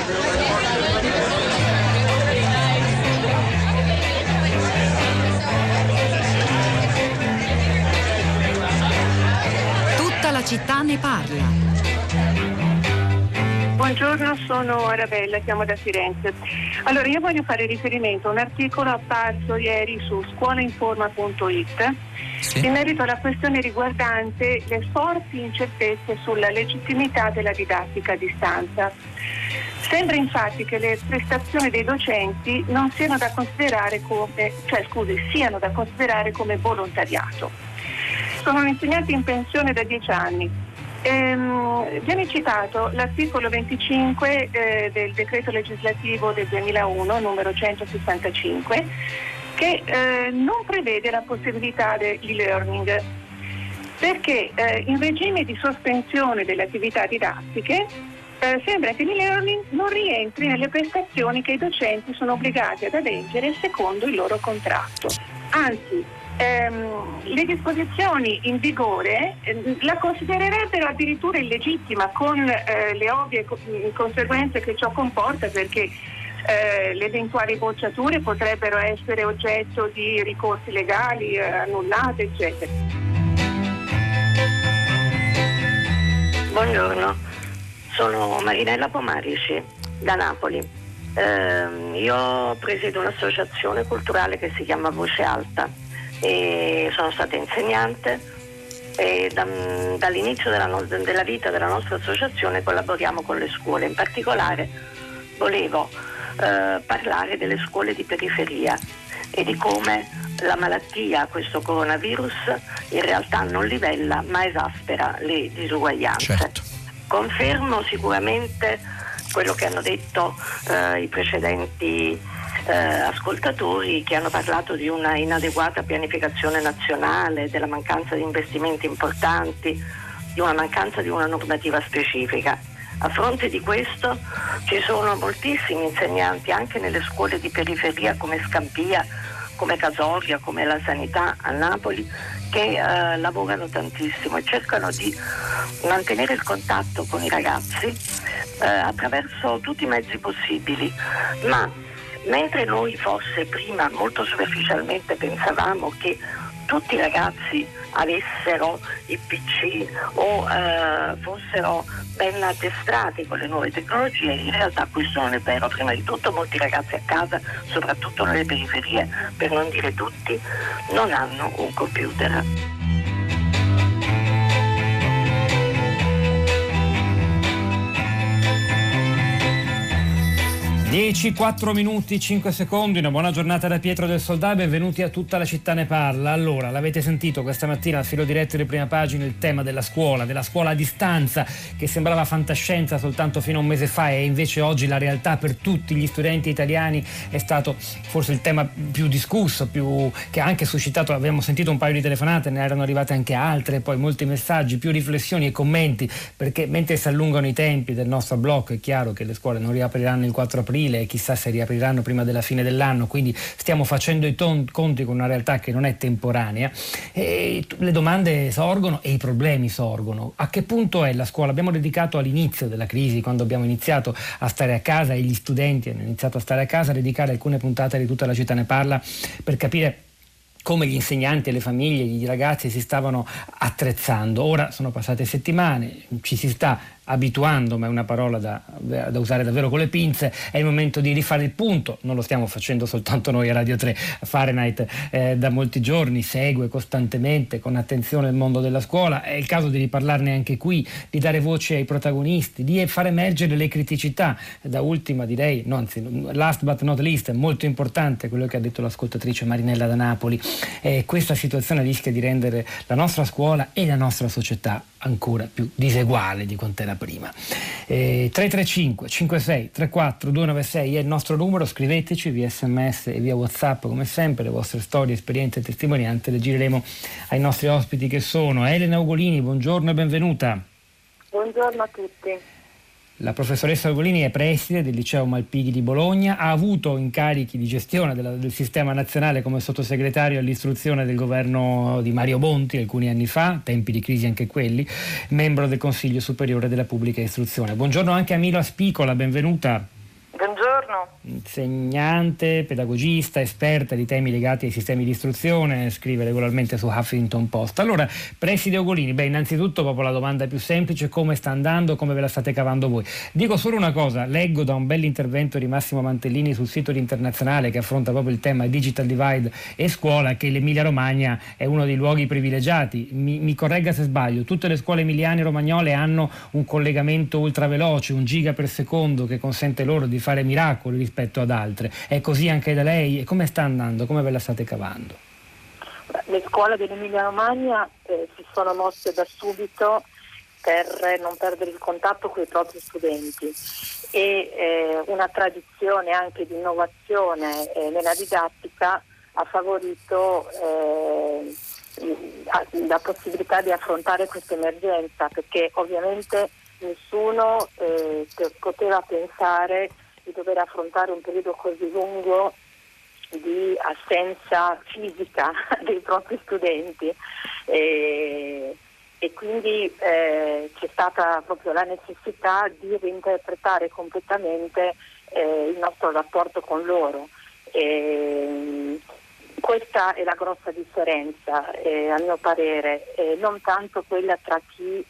Tutta la città ne parla. Buongiorno, sono Arabella, chiamo da Firenze. Allora, io voglio fare riferimento a un articolo apparso ieri su scuolainforma.it in merito alla questione riguardante le forti incertezze sulla legittimità della didattica a distanza. Sembra infatti che le prestazioni dei docenti non siano da considerare siano da considerare come volontariato. Sono un insegnante in pensione da 10 anni. Viene citato l'articolo 25 del decreto legislativo del 2001, numero 165, che non prevede la possibilità dell'e-learning, perché in regime di sospensione delle attività didattiche sembra che l'e-learning non rientri nelle prestazioni che i docenti sono obbligati ad adempiere secondo il loro contratto. Anzi, le disposizioni in vigore la considererebbero addirittura illegittima, con le ovvie conseguenze che ciò comporta, perché le eventuali bocciature potrebbero essere oggetto di ricorsi legali, annullate, eccetera. Buongiorno, sono Marinella Pomarici da Napoli. Io presiedo un'associazione culturale che si chiama Voce Alta e sono stata insegnante e dall'inizio della vita della nostra associazione collaboriamo con le scuole. In particolare volevo parlare delle scuole di periferia e di come la malattia, questo coronavirus, in realtà non livella ma esaspera le disuguaglianze. Certo. Confermo sicuramente quello che hanno detto i precedenti ascoltatori, che hanno parlato di una inadeguata pianificazione nazionale, della mancanza di investimenti importanti, di una mancanza di una normativa specifica. A fronte di questo ci sono moltissimi insegnanti anche nelle scuole di periferia come Scampia, come Casoria, come la Sanità a Napoli, che lavorano tantissimo e cercano di mantenere il contatto con i ragazzi attraverso tutti i mezzi possibili, ma mentre noi forse prima molto superficialmente pensavamo che tutti i ragazzi avessero i PC o fossero ben addestrati con le nuove tecnologie, in realtà questo non è vero. Prima di tutto molti ragazzi a casa, soprattutto nelle periferie, per non dire tutti, non hanno un computer. 10, 4 minuti, 5 secondi, una buona giornata da Pietro del Soldà, benvenuti a Tutta la città ne parla. Allora, l'avete sentito questa mattina al filo diretto di Prima Pagina, il tema della scuola a distanza, che sembrava fantascienza soltanto fino a un mese fa e invece oggi la realtà per tutti gli studenti italiani è stato forse il tema più discusso, che ha anche suscitato, abbiamo sentito un paio di telefonate, ne erano arrivate anche altre, poi molti messaggi, più riflessioni e commenti, perché mentre si allungano i tempi del nostro blocco è chiaro che le scuole non riapriranno il 4 aprile e chissà se riapriranno prima della fine dell'anno, quindi stiamo facendo i conti con una realtà che non è temporanea e le domande sorgono e i problemi sorgono. A che punto è la scuola? Abbiamo dedicato all'inizio della crisi, quando abbiamo iniziato a stare a casa e gli studenti hanno iniziato a stare a casa, a dedicare alcune puntate di Tutta la città ne parla per capire come gli insegnanti e le famiglie, i ragazzi si stavano attrezzando. Ora sono passate settimane, ci si sta abituando, ma è una parola da usare davvero con le pinze. È il momento di rifare il punto, non lo stiamo facendo soltanto noi a Radio 3. Fahrenheit da molti giorni segue costantemente con attenzione il mondo della scuola, è il caso di riparlarne anche qui, di dare voce ai protagonisti, di far emergere le criticità. Da ultima direi, no, anzi, last but not least, è molto importante quello che ha detto l'ascoltatrice Marinella da Napoli. Questa situazione rischia di rendere la nostra scuola e la nostra società ancora più diseguale di quanto era prima. 335 56 34 296 è il nostro numero, scriveteci via SMS e via WhatsApp, come sempre le vostre storie, esperienze e testimonianze le gireremo ai nostri ospiti, che sono Elena Ugolini. Buongiorno e benvenuta. Buongiorno a tutti. La professoressa Ugolini è preside del liceo Malpighi di Bologna, ha avuto incarichi di gestione del sistema nazionale come sottosegretario all'istruzione del governo di Mario Monti alcuni anni fa, tempi di crisi anche quelli, membro del Consiglio Superiore della Pubblica Istruzione. Buongiorno anche a Milo Aspicola, benvenuta. Buongiorno. Insegnante, pedagogista, esperta di temi legati ai sistemi di istruzione, scrive regolarmente su Huffington Post. Allora, preside Ugolini, innanzitutto proprio la domanda più semplice: come sta andando, come ve la state cavando voi? Dico solo una cosa, leggo da un bell'intervento di Massimo Mantellini sul sito di Internazionale, che affronta proprio il tema Digital Divide e scuola, che l'Emilia Romagna è uno dei luoghi privilegiati. Mi corregga se sbaglio, tutte le scuole emiliane e romagnole hanno un collegamento ultraveloce, 1 giga per secondo, che consente loro di fare miracoli rispetto ad altre. È così anche da lei? E come sta andando? Come ve la state cavando? Le scuole dell'Emilia Romagna si sono mosse da subito per non perdere il contatto con i propri studenti e una tradizione anche di innovazione nella didattica ha favorito la possibilità di affrontare questa emergenza, perché ovviamente nessuno poteva pensare di dover affrontare un periodo così lungo di assenza fisica dei propri studenti e quindi c'è stata proprio la necessità di reinterpretare completamente il nostro rapporto con loro. Questa è la grossa differenza, a mio parere, non tanto quella tra chi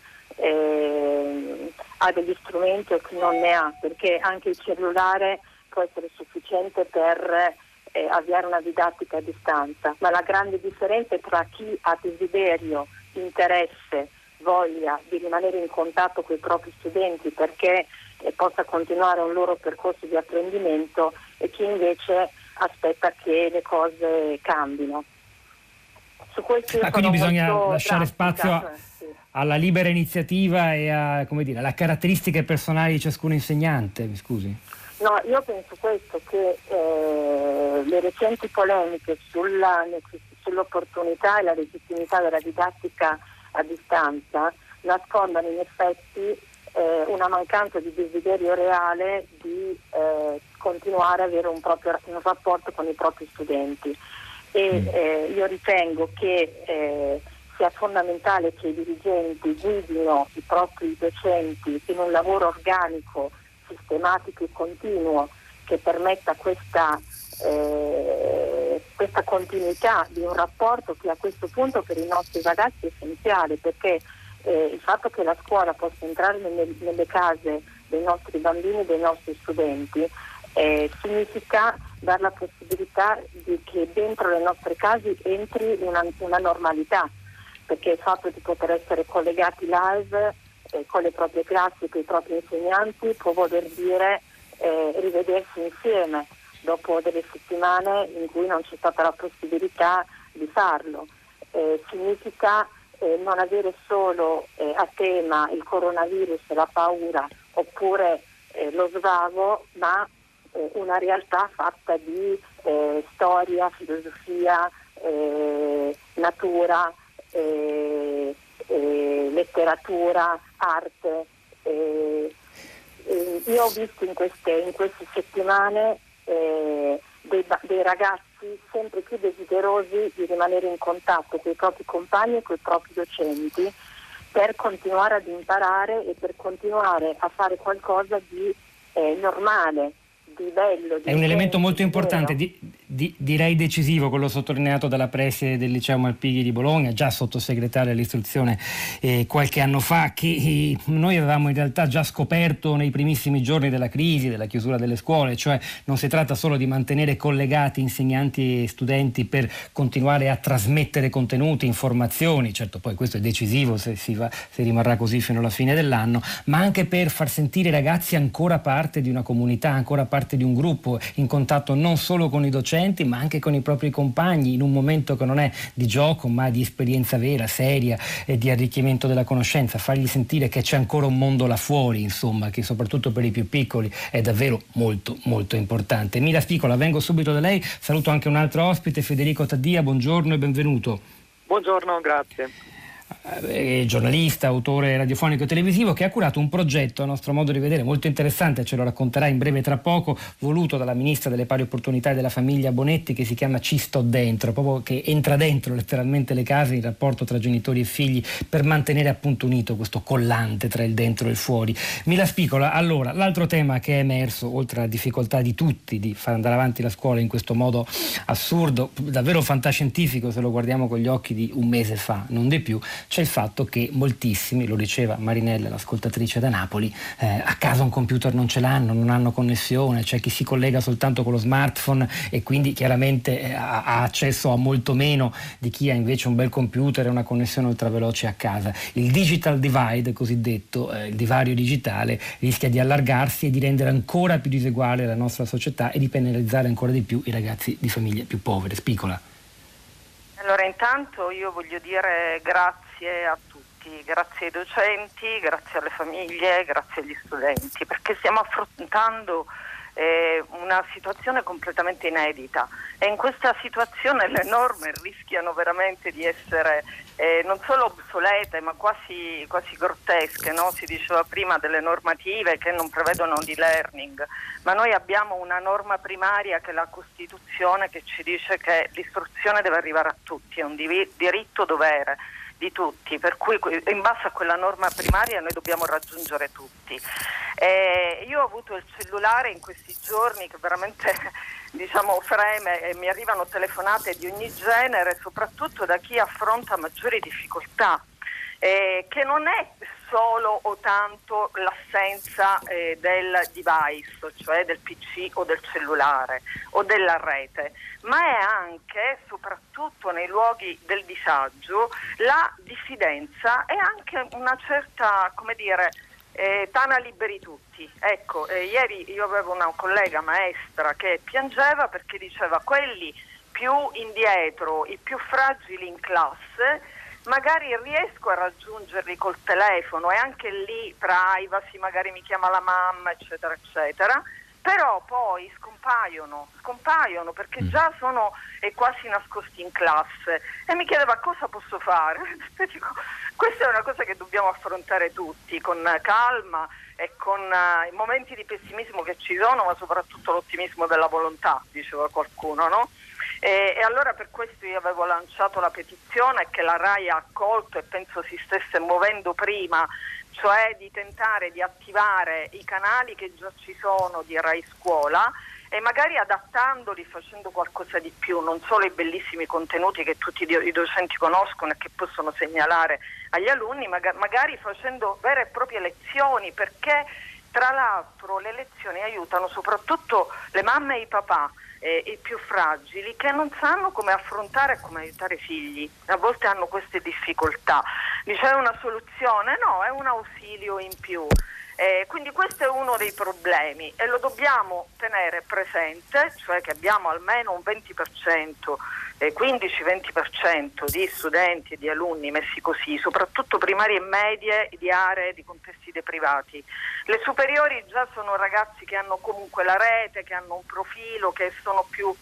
ha degli strumenti o chi non ne ha, perché anche il cellulare può essere sufficiente per avviare una didattica a distanza, ma la grande differenza è tra chi ha desiderio, interesse, voglia di rimanere in contatto con i propri studenti perché possa continuare un loro percorso di apprendimento e chi invece aspetta che le cose cambino. Su questo quindi bisogna lasciare spazio alla libera iniziativa e alle caratteristiche personali di ciascun insegnante, mi scusi? No, io penso questo, che le recenti polemiche sull'opportunità e la legittimità della didattica a distanza nascondano in effetti una mancanza di desiderio reale di continuare ad avere un rapporto con i propri studenti e io ritengo che sia fondamentale che i dirigenti guidino i propri docenti in un lavoro organico, sistematico e continuo che permetta questa continuità di un rapporto che a questo punto per i nostri ragazzi è essenziale, perché il fatto che la scuola possa entrare nelle case dei nostri bambini e dei nostri studenti significa dare la possibilità che dentro le nostre case entri una normalità, perché il fatto di poter essere collegati live con le proprie classi, con i propri insegnanti, può voler dire rivedersi insieme dopo delle settimane in cui non c'è stata la possibilità di farlo. Significa non avere solo a tema il coronavirus e la paura oppure lo svago, ma una realtà fatta di storia, filosofia, natura, letteratura, arte. Io ho visto in queste settimane dei ragazzi sempre più desiderosi di rimanere in contatto con i propri compagni e con i propri docenti per continuare ad imparare e per continuare a fare qualcosa di normale, di bello. È un elemento molto importante, direi decisivo, quello sottolineato dalla preside del liceo Malpighi di Bologna, già sottosegretaria all'istruzione qualche anno fa, che noi avevamo in realtà già scoperto nei primissimi giorni della crisi, della chiusura delle scuole, cioè non si tratta solo di mantenere collegati insegnanti e studenti per continuare a trasmettere contenuti, informazioni, certo poi questo è decisivo se rimarrà così fino alla fine dell'anno, ma anche per far sentire i ragazzi ancora parte di una comunità, ancora parte di un gruppo, in contatto non solo con i docenti ma anche con i propri compagni, in un momento che non è di gioco ma di esperienza vera, seria e di arricchimento della conoscenza, fargli sentire che c'è ancora un mondo là fuori, insomma, che soprattutto per i più piccoli è davvero molto molto importante. Mila Spicola, vengo subito da lei, saluto anche un altro ospite, Federico Taddia, buongiorno e benvenuto. Buongiorno, grazie. giornalista, autore radiofonico e televisivo, che ha curato un progetto, a nostro modo di vedere, molto interessante, ce lo racconterà in breve tra poco, voluto dalla Ministra delle Pari Opportunità e della Famiglia Bonetti, che si chiama Ci sto dentro, proprio che entra dentro letteralmente le case, il rapporto tra genitori e figli, per mantenere appunto unito questo collante tra il dentro e il fuori. Mila Spicola, allora, l'altro tema che è emerso, oltre alla difficoltà di tutti di far andare avanti la scuola in questo modo assurdo, davvero fantascientifico se lo guardiamo con gli occhi di un mese fa, non di più, c'è il fatto che moltissimi, lo diceva Marinella, l'ascoltatrice da Napoli, a casa un computer non ce l'hanno, non hanno connessione, c'è chi si collega soltanto con lo smartphone e quindi chiaramente ha accesso a molto meno di chi ha invece un bel computer e una connessione ultraveloce a casa. Il digital divide, cosiddetto, il divario digitale, rischia di allargarsi e di rendere ancora più diseguale la nostra società e di penalizzare ancora di più i ragazzi di famiglie più povere. Spicola. Allora, intanto io voglio dire grazie a tutti, grazie ai docenti, grazie alle famiglie, grazie agli studenti, perché stiamo affrontando una situazione completamente inedita e in questa situazione le norme rischiano veramente di essere non solo obsolete ma quasi grottesche, no? Si diceva prima delle normative che non prevedono l'e-learning, ma noi abbiamo una norma primaria che è la Costituzione, che ci dice che l'istruzione deve arrivare a tutti, è un diritto-dovere di tutti, per cui in base a quella norma primaria noi dobbiamo raggiungere tutti. Io ho avuto il cellulare in questi giorni che veramente freme e mi arrivano telefonate di ogni genere, soprattutto da chi affronta maggiori difficoltà, che non è solo o tanto l'assenza del device, cioè del PC o del cellulare o della rete, ma è anche, soprattutto nei luoghi del disagio, la diffidenza e anche una certa, tana liberi tutti. Ecco, ieri io avevo una collega maestra che piangeva perché diceva: quelli più indietro, i più fragili in classe, magari riesco a raggiungerli col telefono e anche lì privacy, magari mi chiama la mamma, eccetera eccetera, però poi scompaiono perché già sono quasi nascosti in classe, e mi chiedeva cosa posso fare. Dico, questa è una cosa che dobbiamo affrontare tutti con calma e con i momenti di pessimismo che ci sono, ma soprattutto l'ottimismo della volontà, diceva qualcuno, no? E allora per questo io avevo lanciato la petizione che la RAI ha accolto e penso si stesse muovendo prima, cioè di tentare di attivare i canali che già ci sono di RAI Scuola e magari adattandoli, facendo qualcosa di più, non solo i bellissimi contenuti che tutti i docenti conoscono e che possono segnalare agli alunni, magari facendo vere e proprie lezioni, perché tra l'altro le lezioni aiutano soprattutto le mamme e i papà, i più fragili, che non sanno come affrontare e come aiutare i figli, a volte hanno queste difficoltà. Dice è una soluzione? No, è un ausilio in più. Quindi questo è uno dei problemi e lo dobbiamo tenere presente, cioè che abbiamo almeno un 20%, 15-20% di studenti e di alunni messi così, soprattutto primarie e medie di aree, di contesti deprivati. Le superiori già sono ragazzi che hanno comunque la rete, che hanno un profilo, che sono più,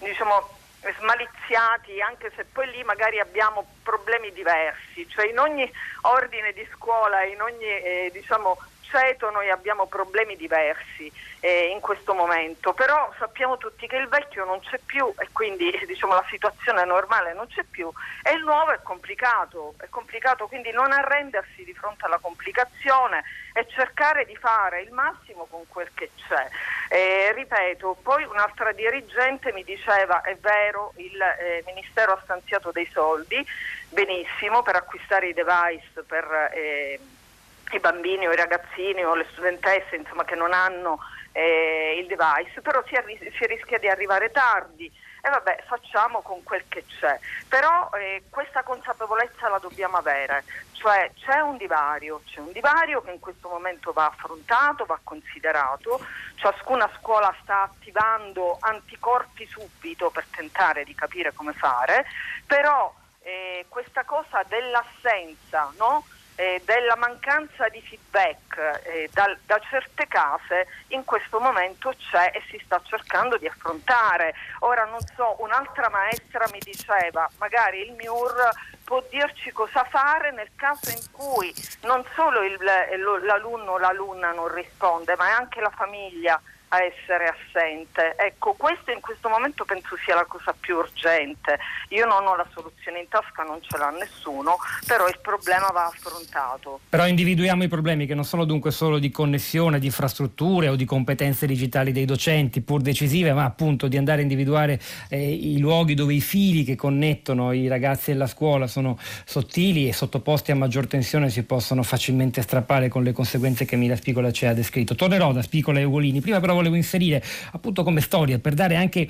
smaliziati, anche se poi lì magari abbiamo problemi diversi, cioè in ogni ordine di scuola, in ogni ceto noi abbiamo problemi diversi in questo momento, però sappiamo tutti che il vecchio non c'è più e quindi la situazione normale non c'è più e il nuovo è complicato, quindi non arrendersi di fronte alla complicazione e cercare di fare il massimo con quel che c'è. Ripeto, poi un'altra dirigente mi diceva: è vero, il Ministero ha stanziato dei soldi, benissimo, per acquistare i device per i bambini o i ragazzini o le studentesse che non hanno il device, però si rischia di arrivare tardi e vabbè, facciamo con quel che c'è, però questa consapevolezza la dobbiamo avere, cioè c'è un divario che in questo momento va affrontato, va considerato, ciascuna scuola sta attivando anticorpi subito per tentare di capire come fare, però questa cosa dell'assenza, no? Della mancanza di feedback da certe case in questo momento c'è e si sta cercando di affrontare. Ora non so, un'altra maestra mi diceva magari il MIUR può dirci cosa fare nel caso in cui non solo l'alunno o l'alunna non risponde, ma è anche la famiglia a essere assente. Ecco, questo in questo momento penso sia la cosa più urgente. Io non ho la soluzione in tasca, non ce l'ha nessuno, però il problema va affrontato. Però individuiamo i problemi che non sono dunque solo di connessione, di infrastrutture o di competenze digitali dei docenti, pur decisive, ma appunto di andare a individuare i luoghi dove i fili che connettono i ragazzi e la scuola sono sottili e sottoposti a maggior tensione si possono facilmente strappare con le conseguenze che Mila Spicola ci ha descritto. Tornerò da Spicola e Ugolini. Prima però volevo inserire appunto come storia, per dare anche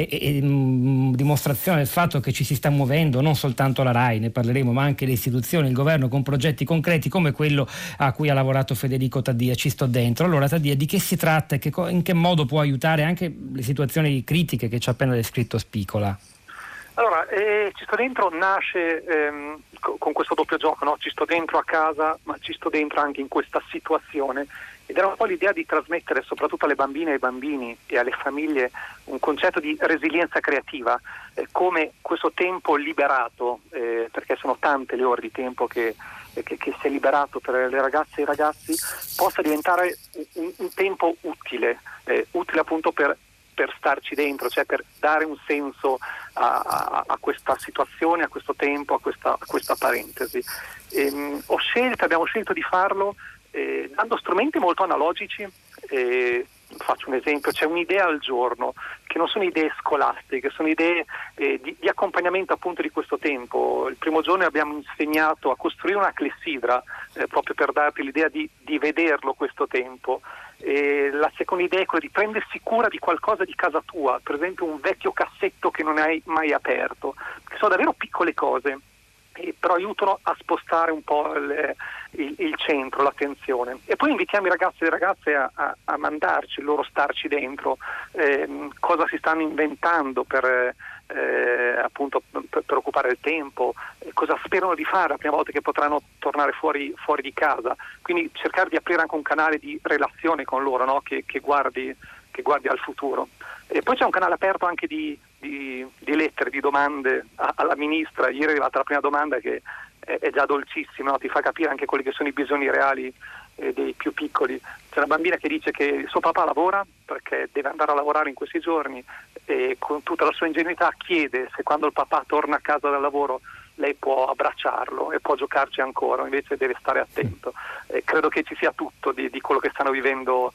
dimostrazione del fatto che ci si sta muovendo, non soltanto la RAI, ne parleremo, ma anche le istituzioni, il governo, con progetti concreti come quello a cui ha lavorato Federico Taddia. Ci sto dentro. Allora Taddia, di che si tratta e in che modo può aiutare anche le situazioni critiche che ci ha appena descritto Spicola? Allora, Ci sto dentro nasce con questo doppio gioco, no? Ci sto dentro a casa, ma ci sto dentro anche in questa situazione, ed era un po' l'idea di trasmettere soprattutto alle bambine e ai bambini e alle famiglie un concetto di resilienza creativa, come questo tempo liberato, perché sono tante le ore di tempo che si è liberato per le ragazze e i ragazzi, possa diventare un tempo utile appunto per starci dentro, cioè per dare un senso a questa situazione, a questo tempo, a questa parentesi. Abbiamo scelto di farlo dando strumenti molto analogici. Faccio un esempio: c'è un'idea al giorno, che non sono idee scolastiche, sono idee di accompagnamento appunto di questo tempo. Il primo giorno abbiamo insegnato a costruire una clessidra, proprio per darti l'idea di vederlo questo tempo. La seconda idea è quella di prendersi cura di qualcosa di casa tua, per esempio un vecchio cassetto che non hai mai aperto, che sono davvero piccole cose, però aiutano a spostare un po' il centro, l'attenzione. E poi invitiamo i ragazzi e le ragazze a mandarci il loro starci dentro, cosa si stanno inventando per occupare il tempo, cosa sperano di fare la prima volta che potranno tornare fuori di casa. Quindi cercare di aprire anche un canale di relazione con loro, no? che guardi al futuro. E poi c'è un canale aperto anche di lettere, di domande alla ministra. Ieri è arrivata la prima domanda, che è già dolcissima, no? Ti fa capire anche quelli che sono i bisogni reali dei più piccoli. C'è una bambina che dice che il suo papà lavora perché deve andare a lavorare in questi giorni, e con tutta la sua ingenuità chiede se quando il papà torna a casa dal lavoro lei può abbracciarlo e può giocarci ancora, invece deve stare attento. Credo che ci sia tutto di quello che stanno vivendo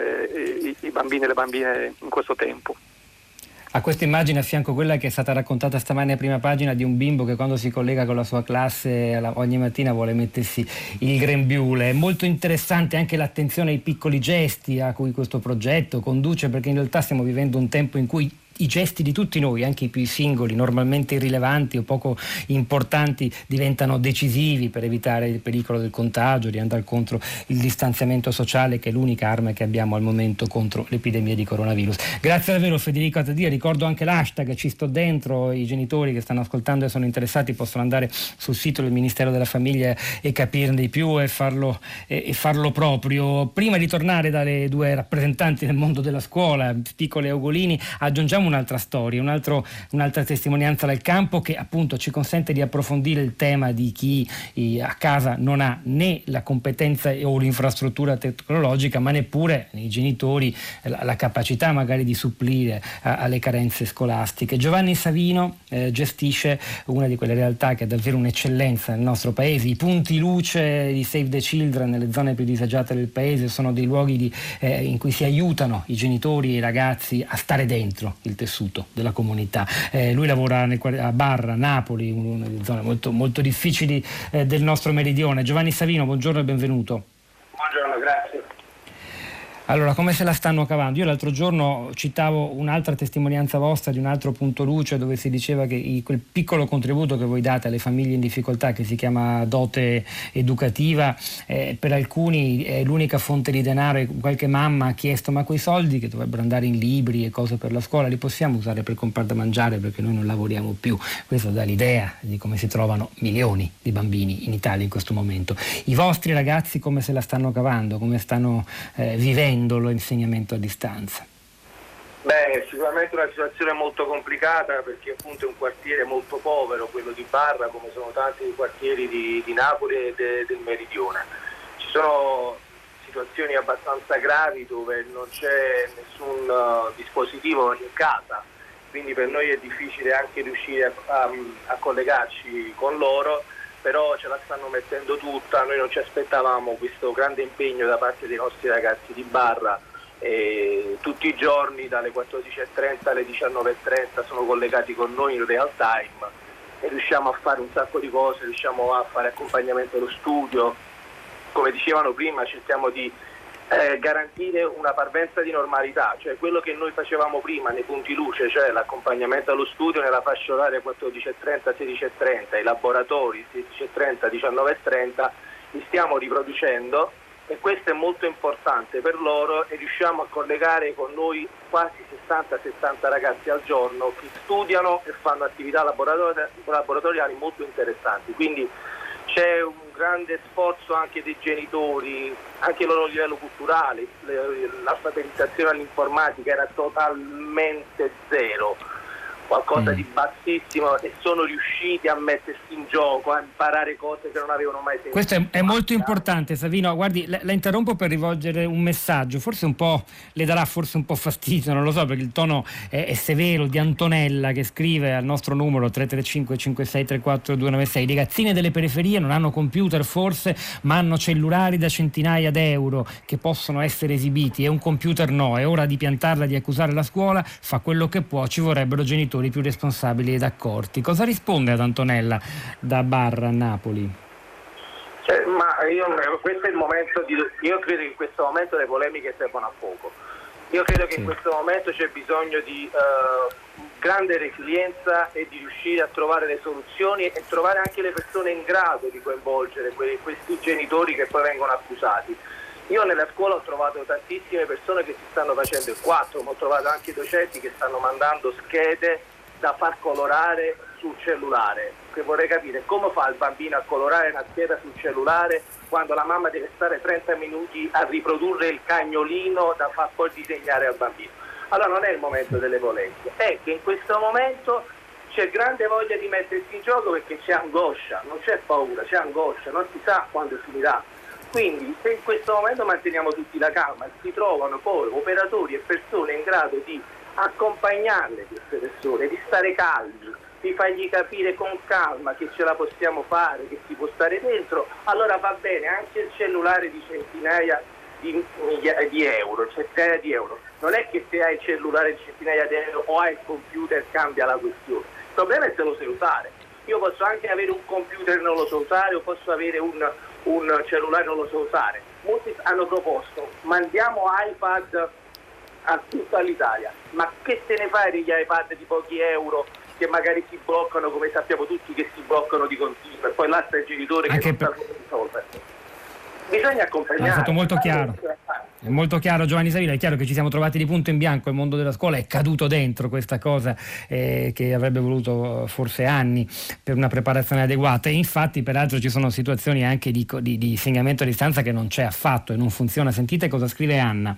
i bambini e le bambine in questo tempo. A questa immagine a fianco quella che è stata raccontata stamani a prima pagina di un bimbo che quando si collega con la sua classe ogni mattina vuole mettersi il grembiule. È molto interessante anche l'attenzione ai piccoli gesti a cui questo progetto conduce, perché in realtà stiamo vivendo un tempo in cui i gesti di tutti noi, anche i più singoli, normalmente irrilevanti o poco importanti, diventano decisivi per evitare il pericolo del contagio, di andare contro il distanziamento sociale, che è l'unica arma che abbiamo al momento contro l'epidemia di coronavirus. Grazie davvero Federico Taddia. Ricordo anche l'hashtag Ci sto dentro. I genitori che stanno ascoltando e sono interessati possono andare sul sito del Ministero della Famiglia e capirne di più e farlo proprio. Prima di tornare dalle due rappresentanti del mondo della scuola, Spicola e Ugolini, aggiungiamo un'altra storia, un'altra testimonianza dal campo, che appunto ci consente di approfondire il tema di chi a casa non ha né la competenza o l'infrastruttura tecnologica, ma neppure i genitori la capacità magari di supplire alle carenze scolastiche. Giovanni Savino gestisce una di quelle realtà che è davvero un'eccellenza nel nostro paese. I punti luce di Save the Children nelle zone più disagiate del paese sono dei luoghi in cui si aiutano i genitori e i ragazzi a stare dentro il tessuto della comunità. Lui lavora a Barra, Napoli, una delle zone molto, molto difficili del nostro meridione. Giovanni Savino, buongiorno e benvenuto. Buongiorno, grazie. Allora, come se la stanno cavando? Io l'altro giorno citavo un'altra testimonianza vostra di un altro punto luce, dove si diceva che quel piccolo contributo che voi date alle famiglie in difficoltà, che si chiama dote educativa, per alcuni è l'unica fonte di denaro, e qualche mamma ha chiesto: ma quei soldi che dovrebbero andare in libri e cose per la scuola li possiamo usare per comprare da mangiare, perché noi non lavoriamo più? Questo dà l'idea di come si trovano milioni di bambini in Italia in questo momento. I vostri ragazzi come se la stanno cavando? Come stanno vivendo l'insegnamento a distanza? Beh, sicuramente una situazione molto complicata, perché appunto è un quartiere molto povero, quello di Barra, come sono tanti quartieri di Napoli e del Meridione. Ci sono situazioni abbastanza gravi dove non c'è nessun dispositivo in casa, quindi per noi è difficile anche riuscire a collegarci con loro, però ce la stanno mettendo tutta. Noi non ci aspettavamo questo grande impegno da parte dei nostri ragazzi di Barra. E tutti i giorni dalle 14.30 alle 19.30 sono collegati con noi in real time e riusciamo a fare un sacco di cose, riusciamo a fare accompagnamento allo studio. Come dicevano prima, cerchiamo di garantire una parvenza di normalità, cioè quello che noi facevamo prima nei punti luce, cioè l'accompagnamento allo studio nella fascia oraria 14.30 16.30, i laboratori 16.30 19.30, li stiamo riproducendo. E questo è molto importante per loro, e riusciamo a collegare con noi quasi 60-70 ragazzi al giorno che studiano e fanno attività laboratoriali molto interessanti. Quindi c'è un grande sforzo anche dei genitori, anche loro a livello culturale. L'alfabetizzazione all'informatica era totalmente zero, qualcosa di bassissimo, e sono riusciti a mettersi in gioco, a imparare cose che non avevano mai sentito. Questo è molto importante, Savino. Guardi, la interrompo per rivolgere un messaggio, forse un po' le darà forse un po' fastidio, non lo so, perché il tono è severo, di Antonella, che scrive al nostro numero 335 5634 296: i ragazzini delle periferie non hanno computer forse, ma hanno cellulari da centinaia d'euro che possono essere esibiti, e un computer no. È ora di piantarla, di accusare la scuola, fa quello che può, ci vorrebbero genitori più responsabili ed accorti. Cosa risponde ad Antonella da Barra a Napoli? Questo è il momento io credo che in questo momento le polemiche servono a poco. Io credo che in questo momento c'è bisogno di grande resilienza e di riuscire a trovare le soluzioni e trovare anche le persone in grado di coinvolgere questi genitori che poi vengono accusati. Io nella scuola ho trovato tantissime persone che si stanno facendo il 4, ma ho trovato anche docenti che stanno mandando schede da far colorare sul cellulare, che vorrei capire come fa il bambino a colorare una scheda sul cellulare quando la mamma deve stare 30 minuti a riprodurre il cagnolino da far poi disegnare al bambino. Allora non è il momento delle polemiche, è che in questo momento c'è grande voglia di mettersi in gioco, perché c'è angoscia, non c'è paura, c'è angoscia, non si sa quando finirà. Quindi se in questo momento manteniamo tutti la calma, si trovano poi operatori e persone in grado di accompagnarle queste persone, di stare calmi, di fargli capire con calma che ce la possiamo fare, che si può stare dentro, allora va bene anche il cellulare di centinaia di euro, centinaia di euro. Non è che se hai il cellulare di centinaia di euro o hai il computer cambia la questione. Il problema è se lo sai usare. Io posso anche avere un computer e non lo so usare, o posso avere un cellulare e non lo so usare. Molti hanno proposto: mandiamo iPad a tutta l'Italia, ma che se ne fai degli iPad di pochi euro che magari si bloccano, come sappiamo tutti che si bloccano di continuo, e poi là sta il genitore che non sa come risolvere. Bisogna accompagnare. È stato molto chiaro. È molto chiaro, Giovanni Savino. È chiaro che ci siamo trovati di punto in bianco, il mondo della scuola è caduto dentro questa cosa che avrebbe voluto forse anni per una preparazione adeguata, e infatti peraltro ci sono situazioni anche di insegnamento a distanza che non c'è affatto e non funziona. Sentite cosa scrive Anna.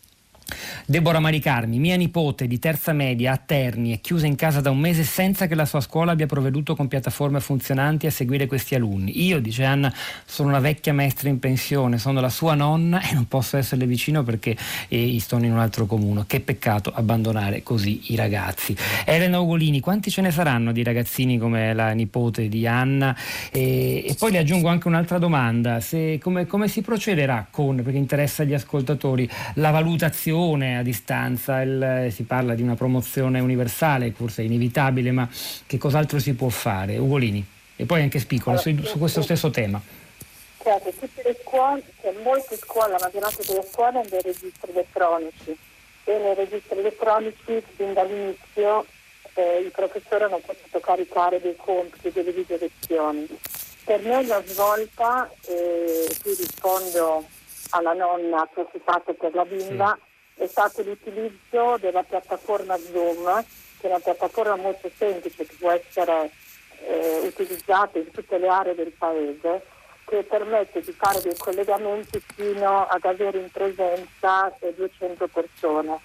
Deborah Maricarmi: mia nipote di terza media a Terni è chiusa in casa da un mese senza che la sua scuola abbia provveduto con piattaforme funzionanti a seguire questi alunni. Io, dice Anna, sono una vecchia maestra in pensione, sono la sua nonna e non posso esserle vicino perché sono in un altro comune. Che peccato abbandonare così i ragazzi. Elena Ugolini: quanti ce ne saranno di ragazzini come la nipote di Anna? E poi le aggiungo anche un'altra domanda: come si procederà perché interessa agli ascoltatori, la valutazione a distanza? Si parla di una promozione universale, forse è inevitabile, ma che cos'altro si può fare? Ugolini, e poi anche Spicola su questo stesso tema. Certo, tutte le scuole, molte scuole, la maggioranza delle scuole hanno dei registri elettronici, e nei registri elettronici fin dall'inizio i professori hanno potuto caricare dei compiti, delle video lezioni. Per me la svolta, qui rispondo alla nonna che ho citato per la bimba, è stato l'utilizzo della piattaforma Zoom, che è una piattaforma molto semplice che può essere utilizzata in tutte le aree del paese, che permette di fare dei collegamenti fino ad avere in presenza 200 persone.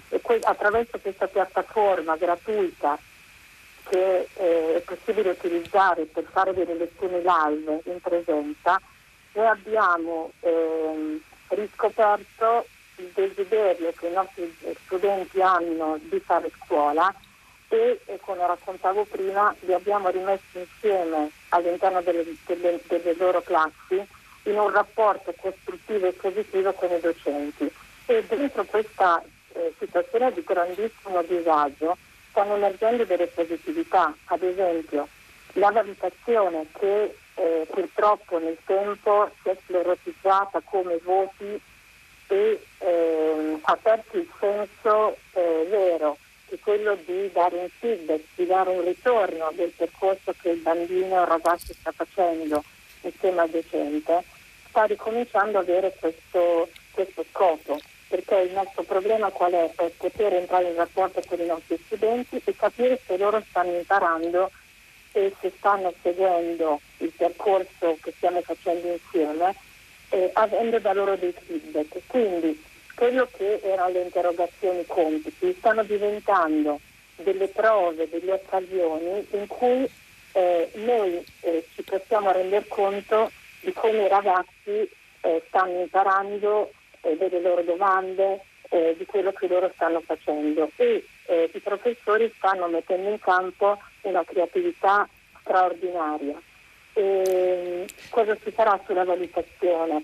e attraverso questa piattaforma gratuita che è possibile utilizzare per fare delle lezioni live in presenza, noi abbiamo riscoperto il desiderio che i nostri studenti hanno di fare scuola e come raccontavo prima, li abbiamo rimessi insieme all'interno delle loro classi in un rapporto costruttivo e positivo con i docenti. E dentro questa situazione di grandissimo disagio stanno emergendo delle positività, ad esempio la valutazione che purtroppo nel tempo si è sclerotizzata come voti e ha perso il senso vero, che è quello di dare un feedback, di dare un ritorno del percorso che il bambino o il ragazzo sta facendo insieme al docente, sta ricominciando ad avere questo scopo, perché il nostro problema qual è? È poter entrare in rapporto con i nostri studenti e capire se loro stanno imparando e se stanno seguendo il percorso che stiamo facendo insieme, avendo da loro dei feedback. Quindi quello che erano le interrogazioni compiti stanno diventando delle prove, delle occasioni in cui noi ci possiamo rendere conto di come i ragazzi stanno imparando delle loro domande, di quello che loro stanno facendo, e i professori stanno mettendo in campo una creatività straordinaria. Cosa si farà sulla valutazione?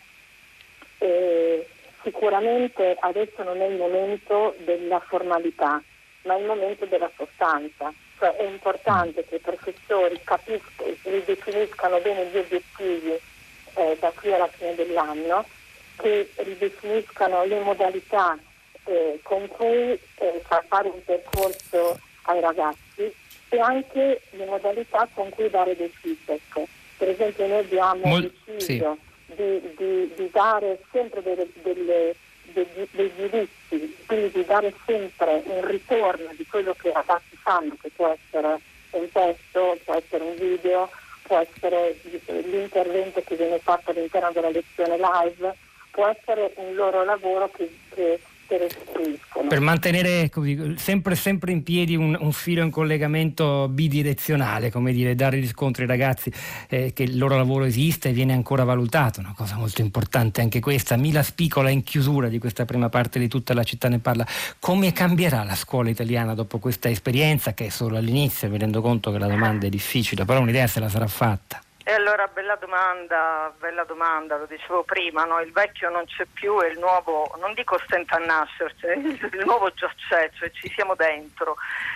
Sicuramente adesso non è il momento della formalità, ma è il momento della sostanza. Cioè è importante che i professori capiscano e ridefiniscano bene gli obiettivi da qui alla fine dell'anno, che ridefiniscano le modalità con cui far fare un percorso ai ragazzi e anche le modalità con cui dare dei feedback. Per esempio noi abbiamo deciso di dare sempre dei giudizi, quindi di dare sempre un ritorno di quello che i ragazzi fanno, che può essere un testo, può essere un video, può essere l'intervento che viene fatto all'interno della lezione live, può essere un loro lavoro che restituiscono. Per mantenere sempre in piedi un filo in collegamento bidirezionale, come dire, dare riscontro ai ragazzi che il loro lavoro esiste e viene ancora valutato, una cosa molto importante anche questa. Mila Spicola, in chiusura di questa prima parte di Tutta la città ne parla, come cambierà la scuola italiana dopo questa esperienza, che è solo all'inizio? Mi rendo conto che la domanda è difficile, però un'idea se la sarà fatta. E allora bella domanda, lo dicevo prima, no? Il vecchio non c'è più e il nuovo, non dico stenta a nascerci, il nuovo già c'è, cioè ci siamo dentro.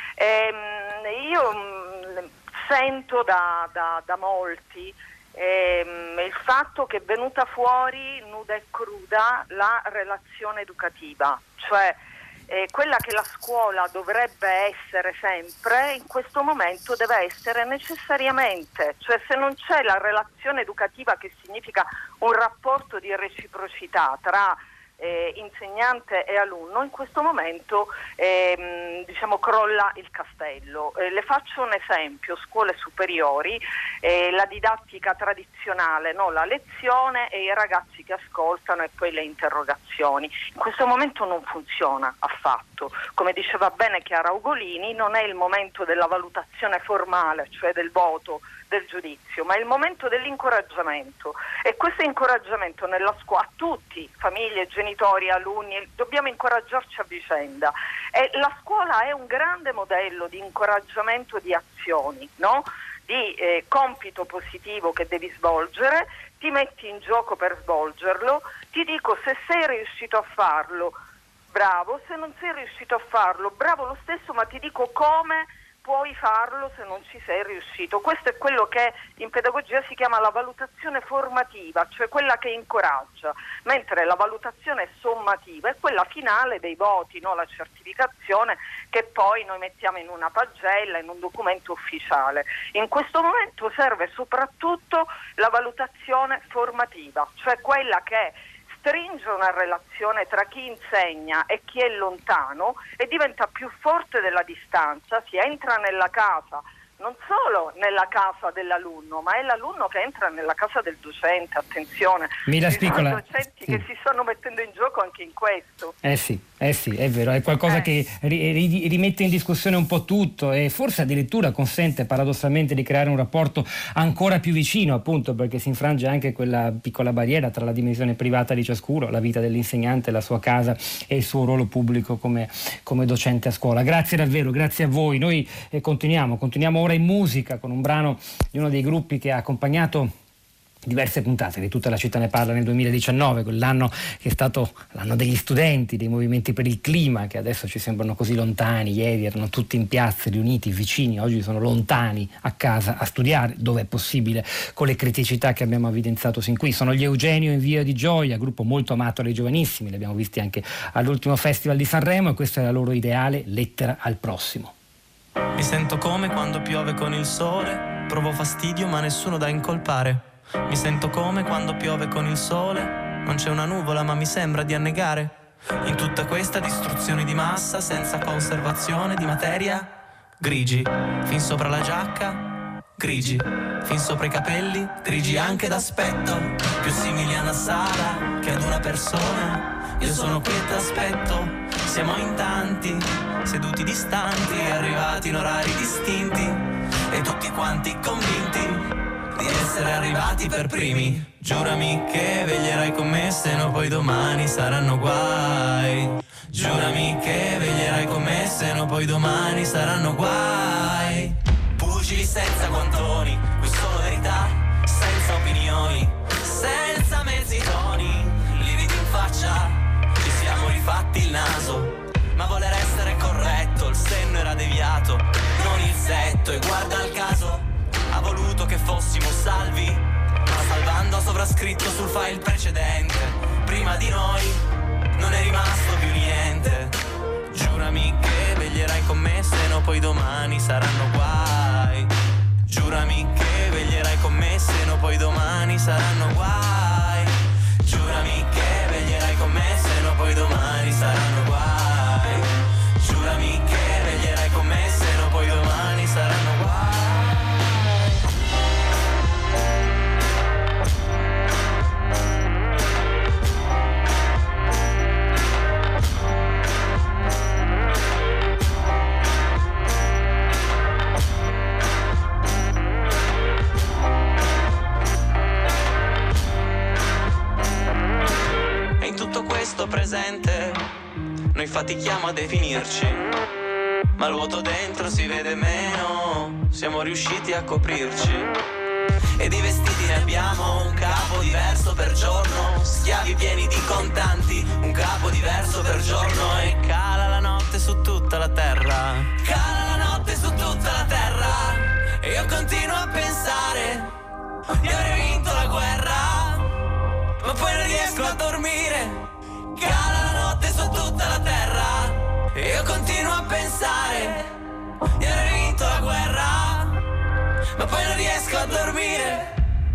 Io sento da molti il fatto che è venuta fuori nuda e cruda la relazione educativa, cioè quella che la scuola dovrebbe essere sempre, in questo momento deve essere necessariamente, cioè se non c'è la relazione educativa, che significa un rapporto di reciprocità tra insegnante e alunno, in questo momento crolla il castello. Le faccio un esempio: scuole superiori, la didattica tradizionale, no? La lezione e i ragazzi che ascoltano e poi le interrogazioni. In questo momento non funziona affatto. Come diceva bene Chiara Ugolini, non è il momento della valutazione formale, cioè del voto, del giudizio, ma è il momento dell'incoraggiamento, e questo incoraggiamento nella scuola, a tutti, famiglie, genitori, alunni, dobbiamo incoraggiarci a vicenda, e la scuola è un grande modello di incoraggiamento di azioni, no? Di compito positivo che devi svolgere, ti metti in gioco per svolgerlo, ti dico, se sei riuscito a farlo, bravo, se non sei riuscito a farlo, bravo lo stesso, ma ti dico come puoi farlo se non ci sei riuscito. Questo è quello che in pedagogia si chiama la valutazione formativa, cioè quella che incoraggia, mentre la valutazione sommativa è quella finale dei voti, no? La certificazione che poi noi mettiamo in una pagella, in un documento ufficiale. In questo momento serve soprattutto la valutazione formativa, cioè quella che stringe una relazione tra chi insegna e chi è lontano e diventa più forte della distanza, si entra nella casa non solo nella casa dell'alunno, ma è l'alunno che entra nella casa del docente, attenzione. Ci sono docenti che si stanno mettendo in gioco anche in questo. Sì, è vero, è qualcosa che rimette in discussione un po' tutto e forse addirittura consente paradossalmente di creare un rapporto ancora più vicino, appunto perché si infrange anche quella piccola barriera tra la dimensione privata di ciascuno, la vita dell'insegnante, la sua casa e il suo ruolo pubblico come docente a scuola. Grazie davvero, grazie a voi. Noi continuiamo ora in musica con un brano di uno dei gruppi che ha accompagnato diverse puntate di Tutta la città ne parla nel 2019, quell'anno che è stato l'anno degli studenti, dei movimenti per il clima, che adesso ci sembrano così lontani. Ieri erano tutti in piazza riuniti, vicini, oggi sono lontani a casa a studiare dove è possibile, con le criticità che abbiamo evidenziato sin qui. Sono gli Eugenio in Via di Gioia, gruppo molto amato dai giovanissimi, li abbiamo visti anche all'ultimo Festival di Sanremo, e questo è la loro ideale Lettera al prossimo. Mi sento come quando piove con il sole, provo fastidio ma nessuno da incolpare. Mi sento come quando piove con il sole, non c'è una nuvola ma mi sembra di annegare. In tutta questa distruzione di massa, senza conservazione di materia, grigi, fin sopra la giacca, grigi, fin sopra i capelli, grigi anche d'aspetto, più simili a una sala che ad una persona. Io sono qui e t'aspetto, siamo in tanti, seduti distanti, arrivati in orari distinti, e tutti quanti convinti di essere arrivati per primi. Giurami che veglierai con me, se no poi domani saranno guai. Giurami che veglierai con me, se no poi domani saranno guai. Pugili senza guantoni, qui solo verità, senza opinioni, senza mezzi toni, lividi in faccia, ci siamo rifatti il naso, ma voler essere corretto, il senno era deviato, non il setto, e guarda il caso, ha voluto che fossimo salvi, ma salvando ha sovrascritto sul file precedente. Prima di noi non è rimasto più niente. Giurami che veglierai con me, se no poi domani saranno guai. Giurami che veglierai con me, se no poi domani saranno guai. Giurami che veglierai con me, se no poi domani saranno guai. Giurami che veglierai con me, se no poi domani saranno guai. Presente, noi fatichiamo a definirci, ma il vuoto dentro si vede meno, siamo riusciti a coprirci, e di vestiti ne abbiamo un capo diverso per giorno, schiavi pieni di contanti, un capo diverso per giorno, e cala la notte su tutta la terra, cala la notte su tutta la terra, e io continuo a pensare di aver vinto la guerra, ma poi non riesco a dormire. Cala la notte su tutta la terra, e io continuo a pensare di aver vinto la guerra, ma poi non riesco a dormire.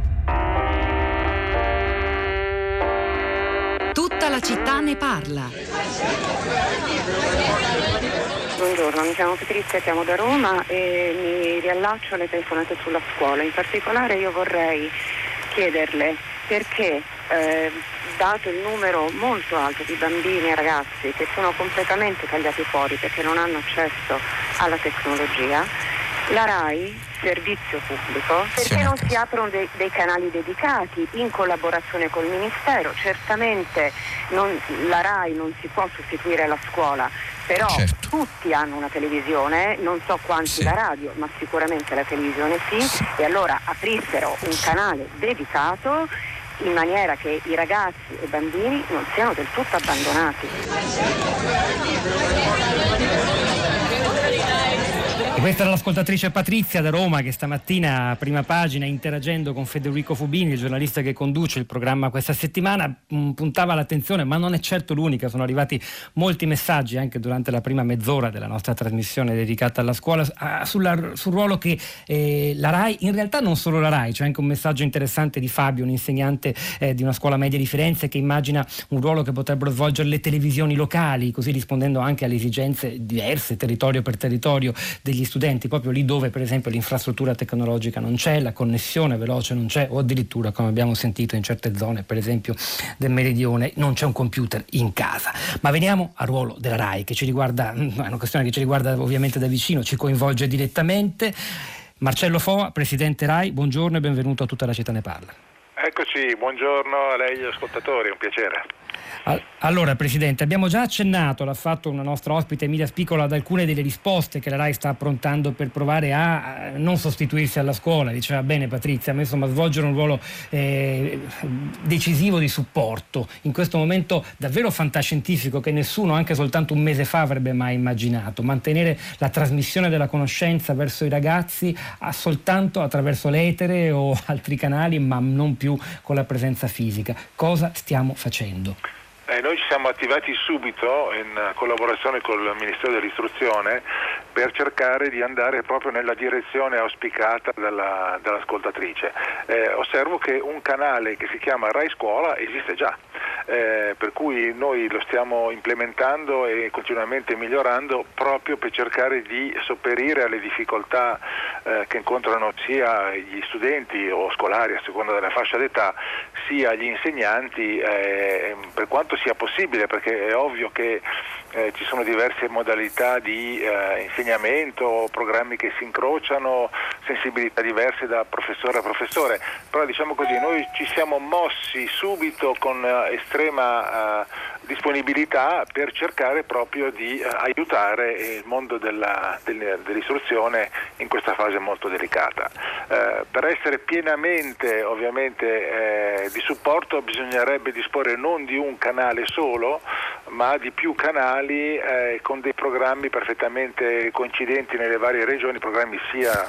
Tutta la città ne parla. Buongiorno, mi chiamo Patrizia, chiamo da Roma e mi riallaccio alle telefonate sulla scuola. In particolare io vorrei chiederle perché, dato il numero molto alto di bambini e ragazzi che sono completamente tagliati fuori perché non hanno accesso alla tecnologia, la RAI, servizio pubblico, perché non si aprono dei canali dedicati in collaborazione col Ministero? Certamente la RAI non si può sostituire alla scuola, però tutti hanno una televisione, non so quanti la radio, ma sicuramente la televisione sì, e allora aprissero un canale dedicato in maniera che i ragazzi e i bambini non siano del tutto abbandonati. E questa era l'ascoltatrice Patrizia da Roma, che stamattina a Prima Pagina, interagendo con Federico Fubini, il giornalista che conduce il programma questa settimana, puntava l'attenzione, ma non è certo l'unica. Sono arrivati molti messaggi anche durante la prima mezz'ora della nostra trasmissione dedicata alla scuola sul ruolo che la RAI, in realtà non solo la RAI, c'è anche un messaggio interessante di Fabio, un insegnante di una scuola media di Firenze, che immagina un ruolo che potrebbero svolgere le televisioni locali, così rispondendo anche alle esigenze diverse, territorio per territorio, degli studenti proprio lì dove per esempio l'infrastruttura tecnologica non c'è, la connessione veloce non c'è, o addirittura, come abbiamo sentito in certe zone per esempio del meridione, non c'è un computer in casa. Ma veniamo al ruolo della RAI, che ci riguarda, è una questione che ci riguarda ovviamente da vicino, ci coinvolge direttamente. Marcello Foa, presidente RAI, buongiorno e benvenuto a Tutta la città ne parla. Eccoci, buongiorno a lei e agli ascoltatori, un piacere. Allora Presidente, abbiamo già accennato, l'ha fatto una nostra ospite Emilia Spicola, ad alcune delle risposte che la RAI sta approntando per provare a non sostituirsi alla scuola. Diceva bene Patrizia, ma insomma svolgere un ruolo decisivo di supporto in questo momento davvero fantascientifico che nessuno anche soltanto un mese fa avrebbe mai immaginato, mantenere la trasmissione della conoscenza verso i ragazzi soltanto attraverso l'etere o altri canali, ma non più con la presenza fisica. Cosa stiamo facendo? Noi ci siamo attivati subito in collaborazione con il Ministero dell'Istruzione per cercare di andare proprio nella direzione auspicata dall'ascoltatrice. Osservo che un canale che si chiama Rai Scuola esiste già, per cui noi lo stiamo implementando e continuamente migliorando proprio per cercare di sopperire alle difficoltà che incontrano sia gli studenti o scolari a seconda della fascia d'età, sia gli insegnanti, per quanto sia possibile, perché è ovvio che ci sono diverse modalità di insegnamento, programmi che si incrociano, sensibilità diverse da professore a professore, però diciamo così, noi ci siamo mossi subito con estrema disponibilità per cercare proprio di aiutare il mondo dell'istruzione in questa fase molto delicata. Per essere pienamente ovviamente di supporto bisognerebbe disporre non di un canale solo, ma di più canali con dei programmi perfettamente coincidenti nelle varie regioni, programmi sia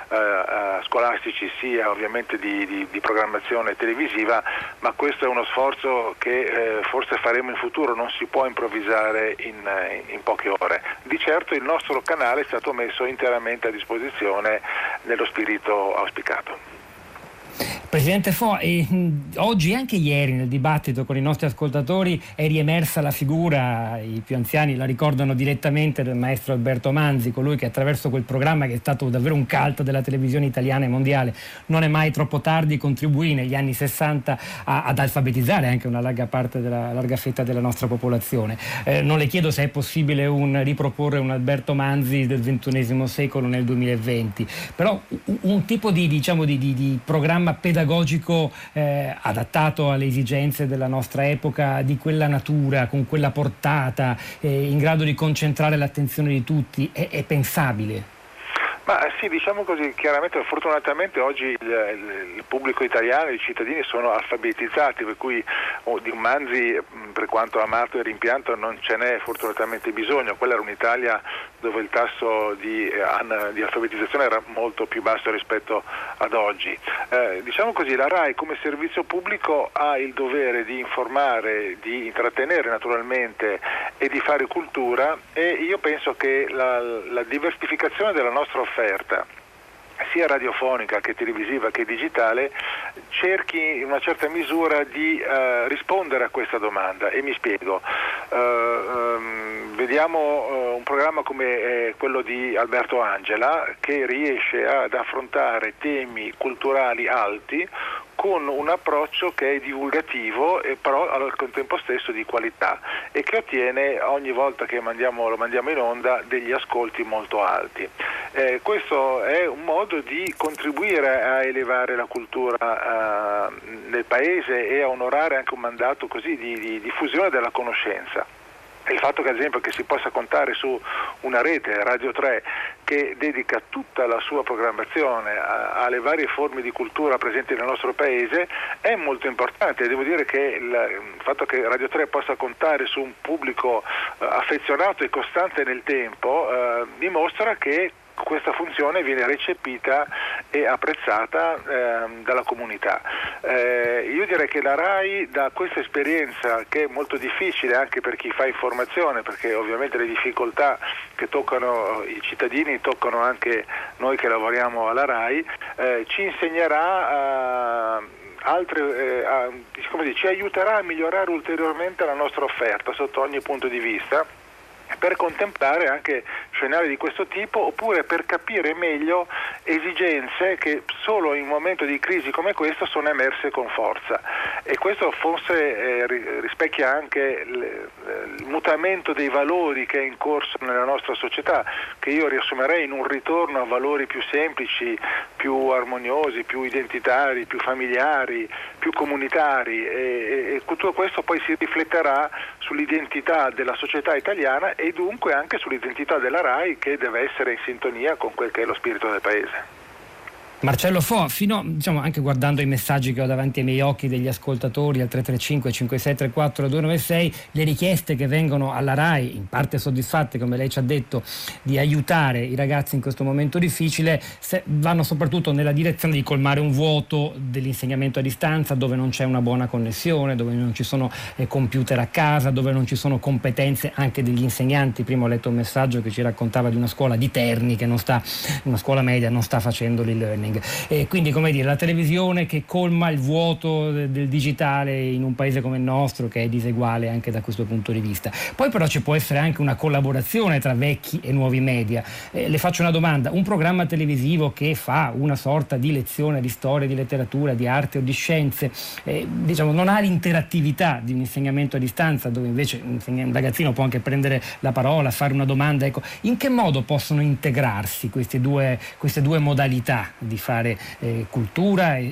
scolastici sia ovviamente di programmazione televisiva, ma questo è uno sforzo che forse faremo in futuro, non si può improvvisare in poche ore. Di certo il nostro canale è stato messo interamente a disposizione nello spirito auspicato. Presidente Foa, oggi e anche ieri nel dibattito con i nostri ascoltatori è riemersa la figura, i più anziani la ricordano direttamente, del maestro Alberto Manzi, colui che attraverso quel programma che è stato davvero un cult della televisione italiana e mondiale, Non è mai troppo tardi, contribuì negli anni 60 ad alfabetizzare anche una larga fetta della nostra popolazione. Non le chiedo se è possibile riproporre un Alberto Manzi del XXI secolo nel 2020, però un tipo di programma pedagogico adattato alle esigenze della nostra epoca, di quella natura, con quella portata, in grado di concentrare l'attenzione di tutti, è pensabile? Ma sì, diciamo così, chiaramente fortunatamente oggi il pubblico italiano, i cittadini sono alfabetizzati, per cui di un Manzi, per quanto amato e rimpianto, non ce n'è fortunatamente bisogno. Quella era un'Italia dove il tasso di alfabetizzazione era molto più basso rispetto ad oggi. Diciamo così, la RAI come servizio pubblico ha il dovere di informare, di intrattenere naturalmente e di fare cultura, e io penso che la diversificazione della nostra offerta, sia radiofonica che televisiva che digitale, cerchi in una certa misura di rispondere a questa domanda, e mi spiego. Vediamo un programma come quello di Alberto Angela, che riesce ad affrontare temi culturali alti con un approccio che è divulgativo e però al contempo stesso di qualità, e che ottiene ogni volta che lo mandiamo in onda degli ascolti molto alti. Questo è un modo di contribuire a elevare la cultura nel paese e a onorare anche un mandato così di diffusione della conoscenza. Il fatto che ad esempio che si possa contare su una rete, Radio 3, che dedica tutta la sua programmazione alle varie forme di cultura presenti nel nostro paese, è molto importante. Devo dire che il fatto che Radio 3 possa contare su un pubblico affezionato e costante nel tempo dimostra che questa funzione viene recepita e apprezzata dalla comunità. Io direi che la RAI, da questa esperienza, che è molto difficile anche per chi fa informazione, perché ovviamente le difficoltà che toccano i cittadini toccano anche noi che lavoriamo alla RAI, ci insegnerà ci aiuterà a migliorare ulteriormente la nostra offerta sotto ogni punto di vista, per contemplare anche scenari di questo tipo, oppure per capire meglio esigenze che solo in un momento di crisi come questo sono emerse con forza. E questo forse rispecchia anche il mutamento dei valori che è in corso nella nostra società, che io riassumerei in un ritorno a valori più semplici, più armoniosi, più identitari, più familiari, più comunitari, e tutto questo poi si rifletterà sull'identità della società italiana e dunque anche sull'identità della RAI, che deve essere in sintonia con quel che è lo spirito del Paese. Marcello Foa, anche guardando i messaggi che ho davanti ai miei occhi degli ascoltatori al 335 5634 296, le richieste che vengono alla RAI, in parte soddisfatte, come lei ci ha detto, di aiutare i ragazzi in questo momento difficile, vanno soprattutto nella direzione di colmare un vuoto dell'insegnamento a distanza, dove non c'è una buona connessione, dove non ci sono computer a casa, dove non ci sono competenze anche degli insegnanti. Prima ho letto un messaggio che ci raccontava di una scuola di Terni, una scuola media, non sta facendo l'e-learning. E quindi, come dire, la televisione che colma il vuoto del digitale in un paese come il nostro, che è diseguale anche da questo punto di vista. Poi però ci può essere anche una collaborazione tra vecchi e nuovi media. Le faccio una domanda: un programma televisivo che fa una sorta di lezione di storia, di letteratura, di arte o di scienze, non ha l'interattività di un insegnamento a distanza, dove invece un ragazzino può anche prendere la parola, fare una domanda. Ecco, in che modo possono integrarsi queste due modalità di fare cultura e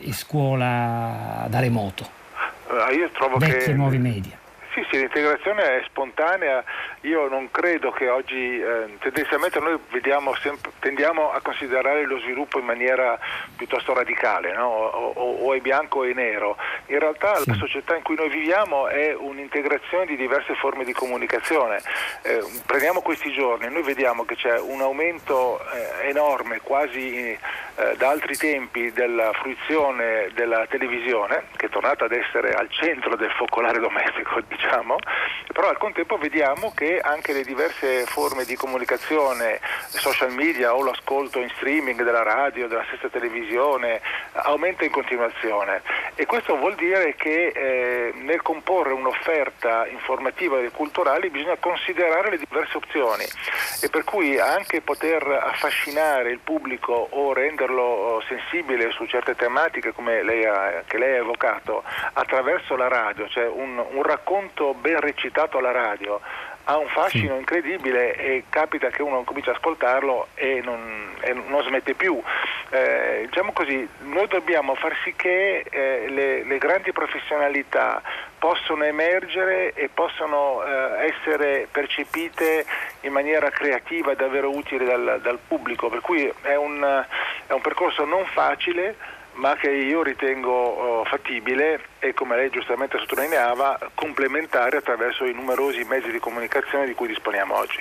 scuola da remoto? Io trovo vecchi che e nuovi media. Sì, l'integrazione è spontanea. Io non credo che oggi tendenzialmente noi tendiamo a considerare lo sviluppo in maniera piuttosto radicale, no? o è bianco o è nero. In realtà la società in cui noi viviamo è un'integrazione di diverse forme di comunicazione. Prendiamo questi giorni, noi vediamo che c'è un aumento enorme, quasi da altri tempi, della fruizione della televisione, che è tornata ad essere al centro del focolare domestico, però al contempo vediamo che anche le diverse forme di comunicazione, social media o l'ascolto in streaming della radio, della stessa televisione, aumenta in continuazione, e questo vuol dire che nel comporre un'offerta informativa e culturale bisogna considerare le diverse opzioni, e per cui anche poter affascinare il pubblico o renderlo sensibile su certe tematiche come che lei ha evocato attraverso la radio, cioè un racconto ben recitato alla radio ha un fascino incredibile, e capita che uno comincia a ascoltarlo e non smette più. Diciamo così, noi dobbiamo far sì che le grandi professionalità possono emergere e possono essere percepite in maniera creativa e davvero utile dal pubblico, per cui è un percorso non facile, ma che io ritengo fattibile e, come lei giustamente sottolineava, complementare attraverso i numerosi mezzi di comunicazione di cui disponiamo oggi.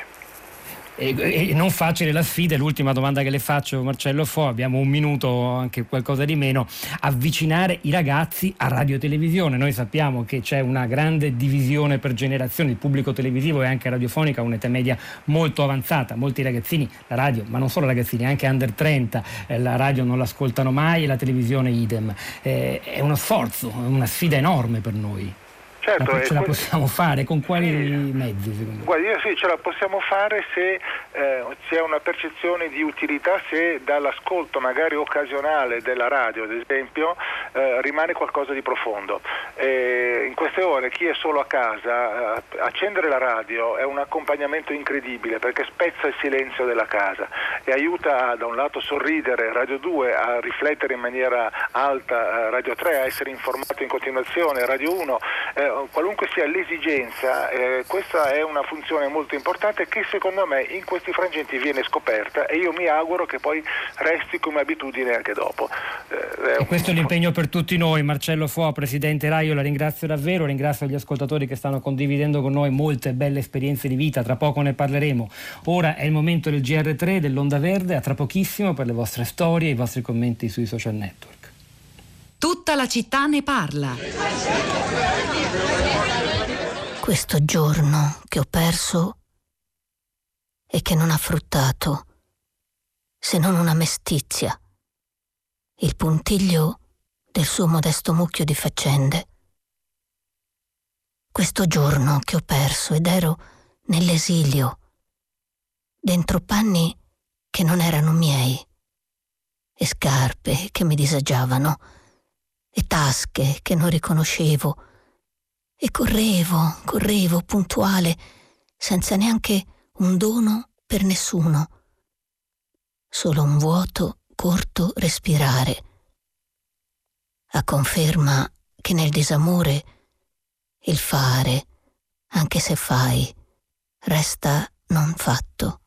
E non facile la sfida. L'ultima domanda che le faccio, Marcello Foa, abbiamo un minuto, anche qualcosa di meno: avvicinare i ragazzi a radio e televisione. Noi sappiamo che c'è una grande divisione per generazioni, il pubblico televisivo e anche radiofonica ha un'età media molto avanzata, molti ragazzini la radio, ma non solo ragazzini, anche under 30 la radio non l'ascoltano mai e la televisione idem. È uno sforzo, è una sfida enorme per noi. Certo, ma ce la possiamo fare? Con quali mezzi, secondo me? Guardi, ce la possiamo fare se c'è una percezione di utilità, se dall'ascolto magari occasionale della radio, ad esempio, rimane qualcosa di profondo. In queste ore chi è solo a casa, accendere la radio è un accompagnamento incredibile, perché spezza il silenzio della casa e aiuta da un lato a sorridere, Radio 2 a riflettere in maniera alta, Radio 3 a essere informato in continuazione, Radio 1, qualunque sia l'esigenza, questa è una funzione molto importante che secondo me in questi frangenti viene scoperta, e io mi auguro che poi resti come abitudine anche dopo. E questo è l'impegno per tutti noi. Marcello Foa, Presidente RAI, io la ringrazio davvero, ringrazio gli ascoltatori che stanno condividendo con noi molte belle esperienze di vita, tra poco ne parleremo. Ora è il momento del GR3, dell'Onda Verde, a tra pochissimo per le vostre storie e i vostri commenti sui social network. Tutta la città ne parla. Questo giorno che ho perso e che non ha fruttato se non una mestizia, il puntiglio del suo modesto mucchio di faccende. Questo giorno che ho perso ed ero nell'esilio dentro panni che non erano miei, e scarpe che mi disagiavano, e tasche che non riconoscevo, e correvo puntuale, senza neanche un dono per nessuno, solo un vuoto corto respirare, a conferma che nel disamore il fare, anche se fai, resta non fatto.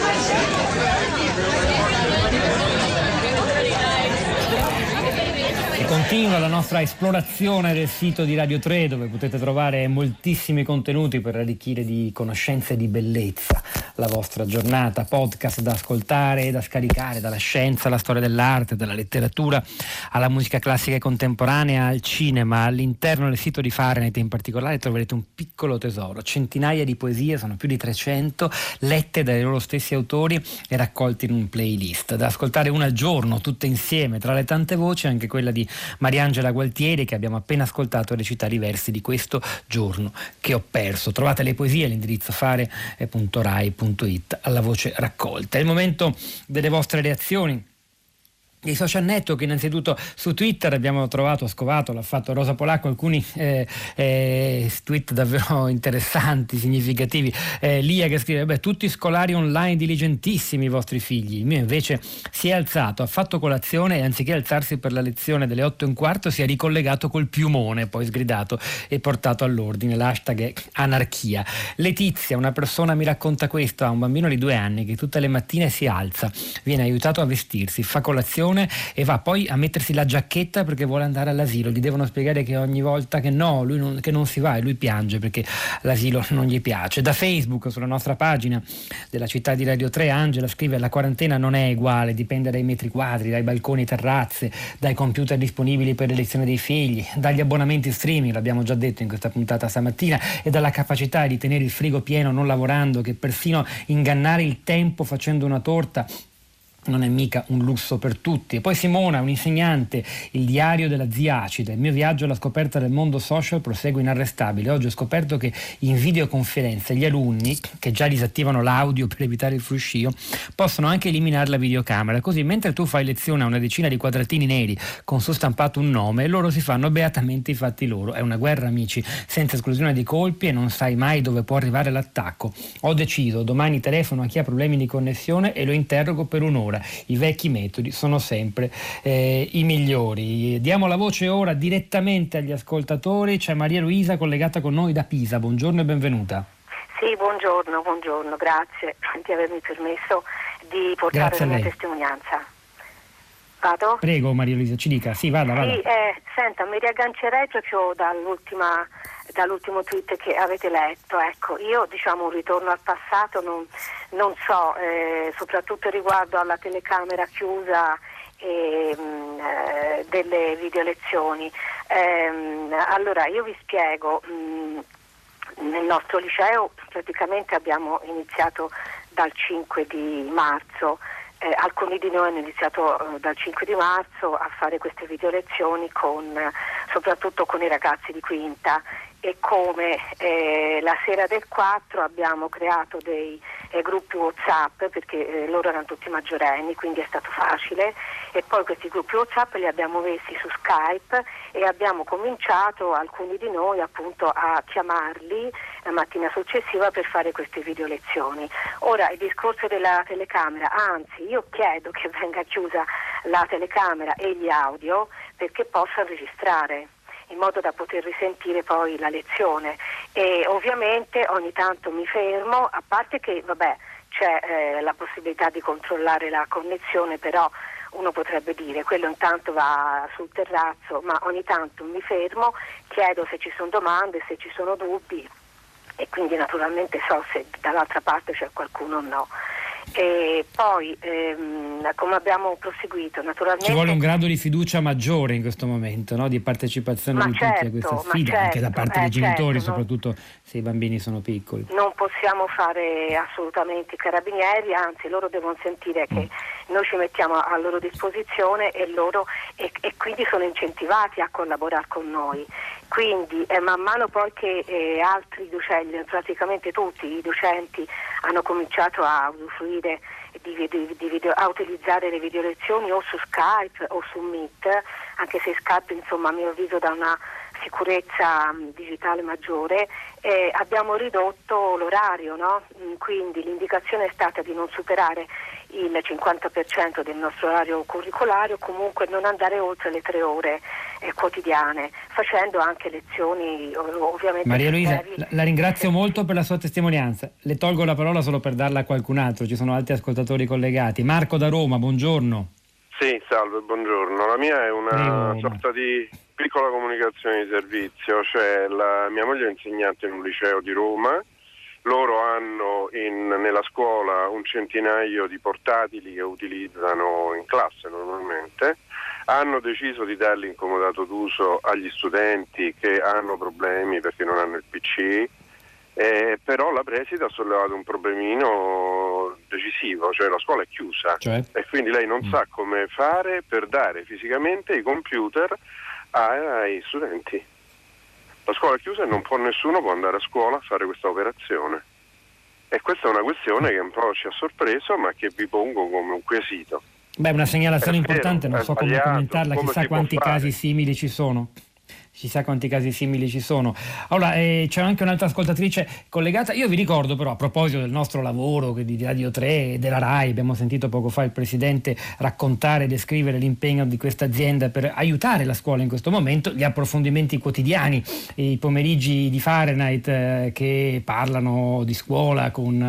Continua la nostra esplorazione del sito di Radio 3, dove potete trovare moltissimi contenuti per arricchire di conoscenze e di bellezza la vostra giornata, podcast da ascoltare e da scaricare, dalla scienza alla storia dell'arte, dalla letteratura alla musica classica e contemporanea, al cinema. All'interno del sito di Fahrenheit in particolare troverete un piccolo tesoro, centinaia di poesie, sono più di 300, lette dai loro stessi autori e raccolte in un playlist, da ascoltare una al giorno, tutte insieme, tra le tante voci anche quella di Mariangela Gualtieri, che abbiamo appena ascoltato recitare i versi di Questo giorno che ho perso. Trovate le poesie all'indirizzo fare.rai.it alla voce raccolta. È il momento delle vostre reazioni. I social network, innanzitutto su Twitter abbiamo scovato, l'ha fatto Rosa Polacco, alcuni tweet davvero interessanti, significativi. Lia che scrive: tutti scolari online diligentissimi i vostri figli, il mio invece si è alzato, ha fatto colazione e anziché alzarsi per la lezione delle 8:15 si è ricollegato col piumone, poi sgridato e portato all'ordine. L'hashtag è anarchia. Letizia, una persona mi racconta questo, ha un bambino di 2 anni che tutte le mattine si alza, viene aiutato a vestirsi, fa colazione e va poi a mettersi la giacchetta perché vuole andare all'asilo. Gli devono spiegare che ogni volta che che non si va, e lui piange perché l'asilo non gli piace. Da Facebook, sulla nostra pagina della città di Radio 3, Angela scrive: la quarantena non è uguale, dipende dai metri quadri, dai balconi e terrazze, dai computer disponibili per l'elezione dei figli, dagli abbonamenti streaming, l'abbiamo già detto in questa puntata stamattina, e dalla capacità di tenere il frigo pieno non lavorando, che persino ingannare il tempo facendo una torta non è mica un lusso per tutti. E poi Simona, un'insegnante, il diario della zia acida: il mio viaggio alla scoperta del mondo social prosegue inarrestabile. Oggi ho scoperto che in videoconferenza gli alunni, che già disattivano l'audio per evitare il fruscio, possono anche eliminare la videocamera, così mentre tu fai lezione a una decina di quadratini neri con su stampato un nome, e loro si fanno beatamente i fatti loro. È una guerra, amici, senza esclusione di colpi, e non sai mai dove può arrivare l'attacco. Ho deciso, domani telefono a chi ha problemi di connessione e lo interrogo per un'ora. I vecchi metodi sono sempre i migliori. Diamo la voce ora direttamente agli ascoltatori. C'è Maria Luisa collegata con noi da Pisa. Buongiorno e benvenuta. Sì, buongiorno, grazie di avermi permesso di portare la mia testimonianza. Vado? Prego Maria Luisa, ci dica. Sì, vada. Sì, senta, mi riaggancerei proprio dall'ultimo tweet che avete letto. Ecco, io un ritorno al passato non so, soprattutto riguardo alla telecamera chiusa delle videolezioni. Allora, io vi spiego. Nel nostro liceo praticamente abbiamo iniziato dal 5 di marzo. Alcuni di noi hanno iniziato dal 5 di marzo a fare queste videolezioni soprattutto con i ragazzi di quinta, e come la sera del 4 abbiamo creato dei gruppi WhatsApp, perché loro erano tutti maggiorenni, quindi è stato facile, e poi questi gruppi WhatsApp li abbiamo messi su Skype e abbiamo cominciato, alcuni di noi appunto, a chiamarli la mattina successiva per fare queste video lezioni. Ora, il discorso della telecamera, anzi io chiedo che venga chiusa la telecamera e gli audio perché possano registrare, in modo da poter risentire poi la lezione. E ovviamente ogni tanto mi fermo, a parte che c'è la possibilità di controllare la connessione, però uno potrebbe dire quello intanto va sul terrazzo, ma ogni tanto mi fermo, chiedo se ci sono domande, se ci sono dubbi, e quindi naturalmente so se dall'altra parte c'è qualcuno o no. E poi come abbiamo proseguito, naturalmente ci vuole un grado di fiducia maggiore in questo momento, no? Di partecipazione di tutti a questa sfida, anche da parte dei genitori, soprattutto se i bambini sono piccoli. Non possiamo fare assolutamente i carabinieri, anzi loro devono sentire che noi ci mettiamo a loro disposizione, e quindi sono incentivati a collaborare con noi. Quindi man mano poi che altri docenti, praticamente tutti i docenti, hanno cominciato a usufruire a utilizzare le video lezioni o su Skype o su Meet, anche se Skype insomma a mio avviso dà una sicurezza digitale maggiore, abbiamo ridotto l'orario, no? Quindi l'indicazione è stata di non superare il 50% del nostro orario curricolare o comunque non andare oltre le 3 ore quotidiane, facendo anche lezioni ovviamente. Maria Luisa, la ringrazio molto per la sua testimonianza. Le tolgo la parola solo per darla a qualcun altro, ci sono altri ascoltatori collegati. Marco da Roma, buongiorno. Sì, salve, buongiorno. La mia è una sorta di piccola comunicazione di servizio, cioè mia moglie è insegnante in un liceo di Roma. Loro hanno nella scuola un centinaio di portatili che utilizzano in classe normalmente. Hanno deciso di darli in comodato d'uso agli studenti che hanno problemi perché non hanno il PC, però la preside ha sollevato un problemino decisivo, cioè la scuola è chiusa e quindi lei non sa come fare per dare fisicamente i computer ai studenti. La scuola è chiusa e nessuno può andare a scuola a fare questa operazione. E questa è una questione che un po' ci ha sorpreso, ma che vi pongo come un quesito. Beh, una segnalazione importante, non so come commentarla, chissà quanti casi simili ci sono. Chissà quanti casi simili ci sono. Allora, c'è anche un'altra ascoltatrice collegata. Io vi ricordo però, a proposito del nostro lavoro di Radio 3 e della RAI, abbiamo sentito poco fa il Presidente raccontare e descrivere l'impegno di questa azienda per aiutare la scuola in questo momento, gli approfondimenti quotidiani, i pomeriggi di Fahrenheit che parlano di scuola con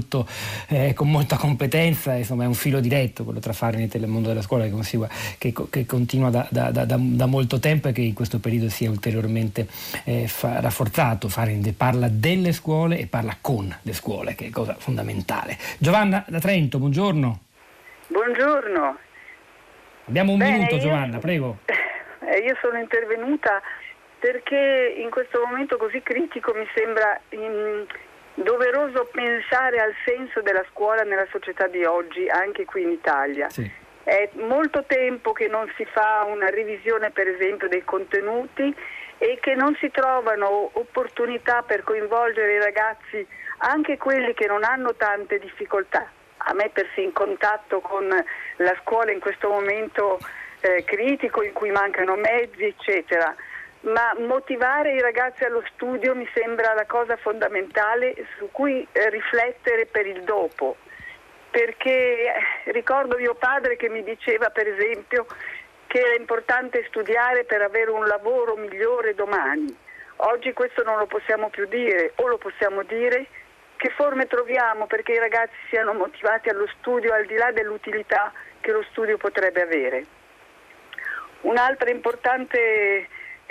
molta competenza, insomma è un filo diretto quello tra Fahrenheit e il mondo della scuola che continua da molto tempo e che in questo periodo si è ulteriormente rafforzato. Fahrenheit parla delle scuole e parla con le scuole, che è cosa fondamentale. Giovanna da Trento, buongiorno. Buongiorno. Abbiamo un minuto, Giovanna, prego. Io sono intervenuta perché in questo momento così critico mi sembra doveroso pensare al senso della scuola nella società di oggi, anche qui in Italia. Sì. È molto tempo che non si fa una revisione, per esempio, dei contenuti e che non si trovano opportunità per coinvolgere i ragazzi, anche quelli che non hanno tante difficoltà, a mettersi in contatto con la scuola in questo momento critico in cui mancano mezzi, eccetera. Ma motivare i ragazzi allo studio mi sembra la cosa fondamentale su cui riflettere per il dopo. Perché ricordo mio padre che mi diceva, per esempio, che era importante studiare per avere un lavoro migliore domani. Oggi questo non lo possiamo più dire, o lo possiamo dire? Che forme troviamo perché i ragazzi siano motivati allo studio al di là dell'utilità che lo studio potrebbe avere? Un'altra importante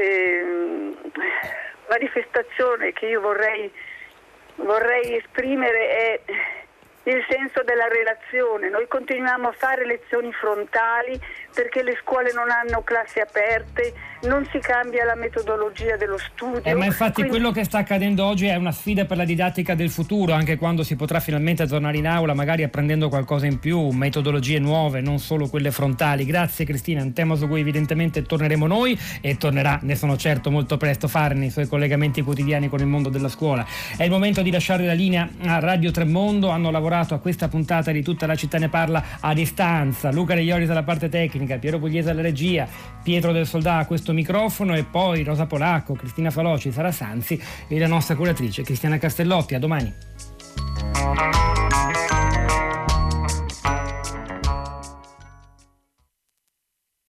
manifestazione che io vorrei esprimere è il senso della relazione. Noi continuiamo a fare lezioni frontali perché le scuole non hanno classi aperte, non si cambia la metodologia dello studio. Ma infatti quello che sta accadendo oggi è una sfida per la didattica del futuro, anche quando si potrà finalmente tornare in aula, magari apprendendo qualcosa in più, metodologie nuove, non solo quelle frontali. Grazie Cristina, è un tema su cui evidentemente torneremo noi e tornerà, ne sono certo, molto presto Fahrenheit nei suoi collegamenti quotidiani con il mondo della scuola. È il momento di lasciare la linea a Radio Tremondo. Hanno lavorato a questa puntata di Tutta la città ne parla a distanza. Luca De Ioris alla parte tecnica, Piero Pugliese alla regia, Pietro del Soldà a questo microfono e poi Rosa Polacco, Cristina Faloci, Sara Sanzi e la nostra curatrice Cristiana Castellotti. A domani.